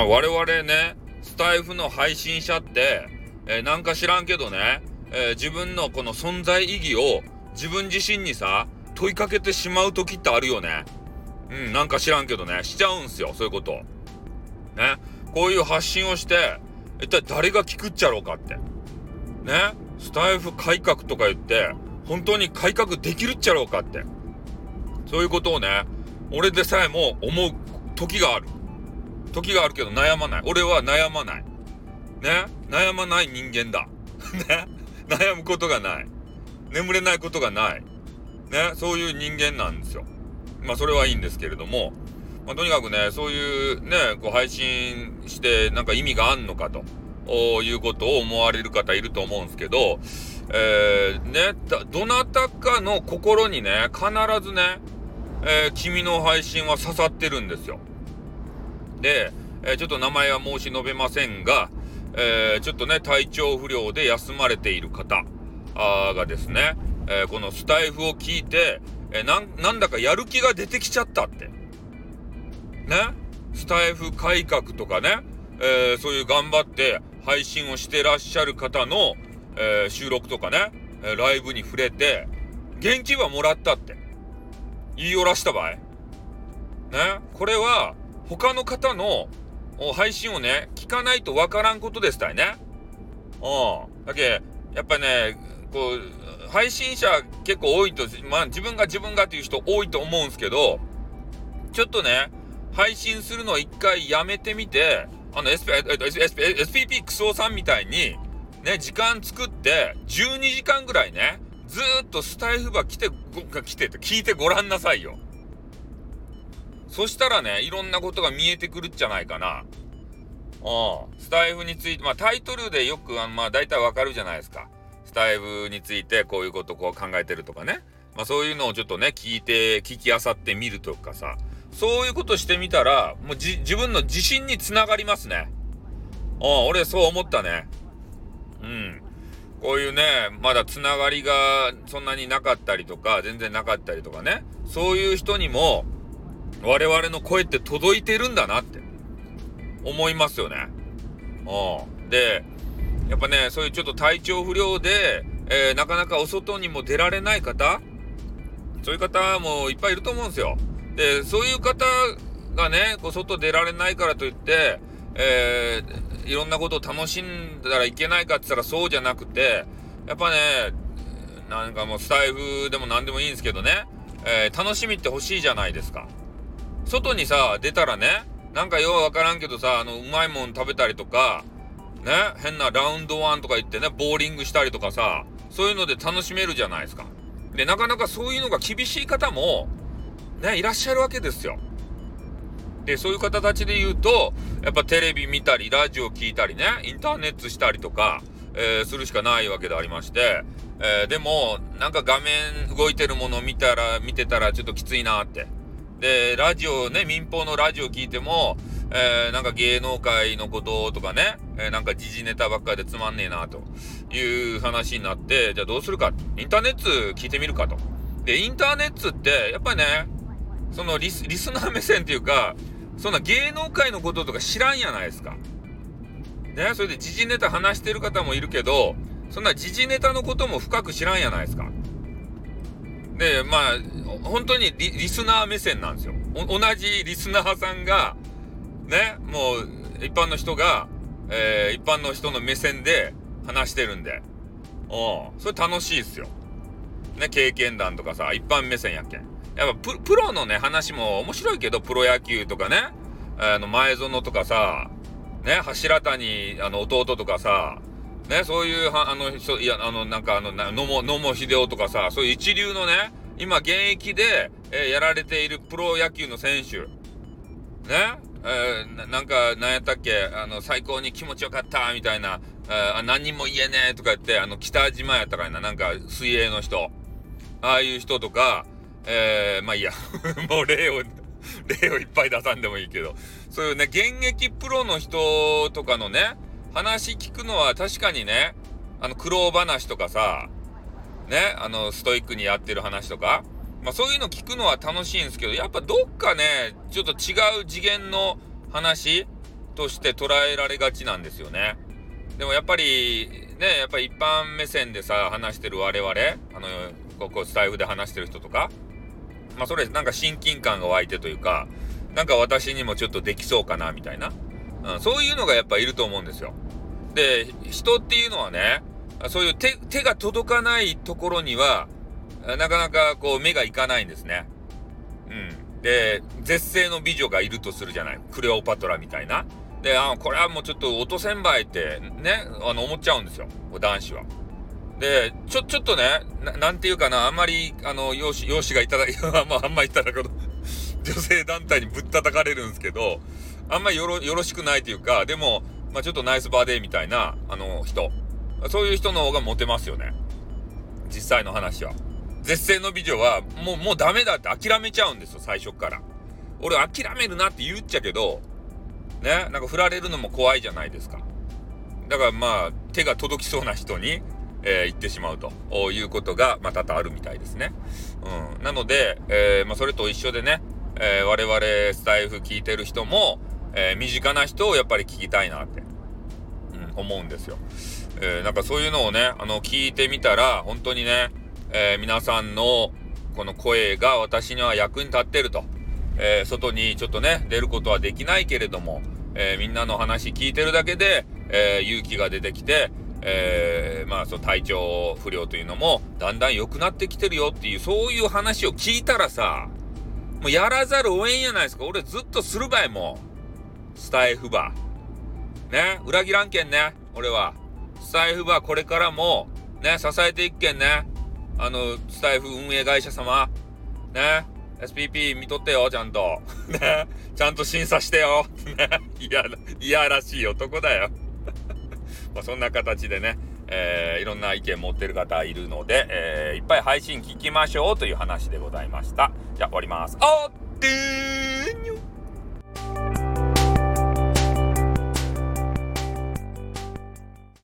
我々ね、スタイフの配信者って、なんか知らんけどね、自分のこの存在意義を自分自身にさ、問いかけてしまう時ってあるよね。なんか知らんけどね、しちゃうんすよ、そういうこと。ね。こういう発信をして、一体誰が聞くっちゃろうかって。ね。スタイフ改革とか言って、本当に改革できるっちゃろうかって。そういうことをね、俺でさえも思う時がある。時があるけど悩まない。俺は悩まない。ね。悩まない人間だ。ね。悩むことがない。眠れないことがない。ね。そういう人間なんですよ。それはいいんですけれども、とにかくね、そういうね、こう配信してなんか意味があんのかということを思われる方いると思うんですけど、どなたかの心にね、必ずね、君の配信は刺さってるんですよ。で、ちょっと名前は申し述べませんが、ちょっとね、体調不良で休まれている方がですね、このスタイフを聞いて、なんだかやる気が出てきちゃったって。ね。スタイフ改革とかね、そういう頑張って配信をしてらっしゃる方の、収録とかね、ライブに触れて、元気はもらったって言いよらした場合。ね。これは他の方の配信をね、聞かないとわからんことですたいね。だけ、やっぱね、こう、配信者結構多いと、自分がっていう人多いと思うんすけど、ちょっとね、配信するのを一回やめてみて、SPP クソさんみたいに、ね、時間作って、12時間ぐらいね、ずーっとスタイフバ聞いてごらんなさいよ。そしたらね、いろんなことが見えてくるんじゃないかな。スタイフについて、タイトルでよく、大体わかるじゃないですか。スタイフについてこういうことをこう考えてるとかね。そういうのをちょっとね、聞き漁ってみるとかさ。そういうことしてみたら、もう自分の自信につながりますね。俺そう思ったね。こういうね、まだつながりがそんなになかったりとか、全然なかったりとかね。そういう人にも、我々の声って届いてるんだなって思いますよね。で、やっぱね、そういうちょっと体調不良で、なかなかお外にも出られない方、そういう方もいっぱいいると思うんですよ。で、そういう方がね、こう外出られないからといって、いろんなことを楽しんだらいけないかって言ったらそうじゃなくて、やっぱね、なんかもうスタイフでも何でもいいんですけどね、楽しみって欲しいじゃないですか。外にさ、出たらね、なんかようわからんけどさ、うまいもん食べたりとか、ね、変なラウンドワンとか言ってね、ボーリングしたりとかさ、そういうので楽しめるじゃないですか。で、なかなかそういうのが厳しい方も、ね、いらっしゃるわけですよ。で、そういう方たちで言うと、やっぱテレビ見たり、ラジオ聞いたりね、インターネットしたりとか、するしかないわけでありまして、でも、なんか画面動いてるものを見てたらちょっときついなって。で、ラジオね、民放のラジオ聞いても、なんか芸能界のこととかね、なんか時事ネタばっかりでつまんねえなという話になって、じゃあどうするか。インターネット聞いてみるかと。で、インターネットってやっぱりね、そのリスナー目線っていうか、そんな芸能界のこととか知らんやないですか。ね、それで時事ネタ話してる方もいるけど、そんな時事ネタのことも深く知らんやないですか。で、本当にリスナー目線なんですよ。同じリスナーさんが、ね、もう、一般の人が、一般の人の目線で話してるんで、それ楽しいですよ。ね、経験談とかさ、一般目線やっけん。やっぱプロのね、話も面白いけど、プロ野球とかね、前園とかさ、ね、柱谷、弟とかさ、ね、そういう、人、いや、野茂英雄とかさ、そういう一流のね、今現役で、やられているプロ野球の選手、ね、なんやったっけ、最高に気持ちよかった、みたいな、何人も言えねえとか言って、北島やったかいな、なんか水泳の人、ああいう人とか、いいや、もう例をいっぱい出さんでもいいけど、そういうね、現役プロの人とかのね、話聞くのは確かにね、苦労話とかさ、ね、ストイックにやってる話とか、そういうの聞くのは楽しいんですけど、やっぱどっかね、ちょっと違う次元の話、 として捉えられがちなんですよね。でもやっぱり一般目線でさ、話してる我々、ここスタイフで話してる人とか、それなんか親近感が湧いてというか、なんか私にもちょっとできそうかなみたいな、そういうのがやっぱいると思うんですよ。で、人っていうのはね、そういう手が届かないところにはなかなかこう目がいかないんですね。で、絶世の美女がいるとするじゃない。クレオパトラみたいな。で、これはもうちょっと落とせんばいってね、思っちゃうんですよ、男子は。で、ちょっとね、なんていうかな、あんまり、容姿がいただ、あんまりいただくと、女性団体にぶったたかれるんですけど、あんまりよろしくないというか、でも、ちょっとナイスバーデーみたいな、人。そういう人の方がモテますよね。実際の話は。絶世の美女は、もうダメだって諦めちゃうんですよ、最初から。俺諦めるなって言っちゃけど、ね、なんか振られるのも怖いじゃないですか。だから手が届きそうな人に、行ってしまうということが、多々あるみたいですね。なので、それと一緒でね、我々スタイフ聞いてる人も、身近な人をやっぱり聞きたいなって、思うんですよ。なんかそういうのをね、聞いてみたら、本当にね、皆さんのこの声が私には役に立ってると。外にちょっとね、出ることはできないけれども、みんなの話聞いてるだけで、勇気が出てきて、その体調不良というのもだんだん良くなってきてるよっていう、そういう話を聞いたらさ、もうやらざるをえんやないですか。俺ずっとするばい、もうスタイフバーね、裏切らんけんね。俺はスタイフバーこれからもね、支えていくけんね。スタイフ運営会社様ね、SPP 見とってよ、ちゃんとね、ちゃんと審査してよね、いやらしい男だよそんな形でね、いろんな意見持ってる方いるので、いっぱい配信聞きましょうという話でございました。じゃあ終わります。おってー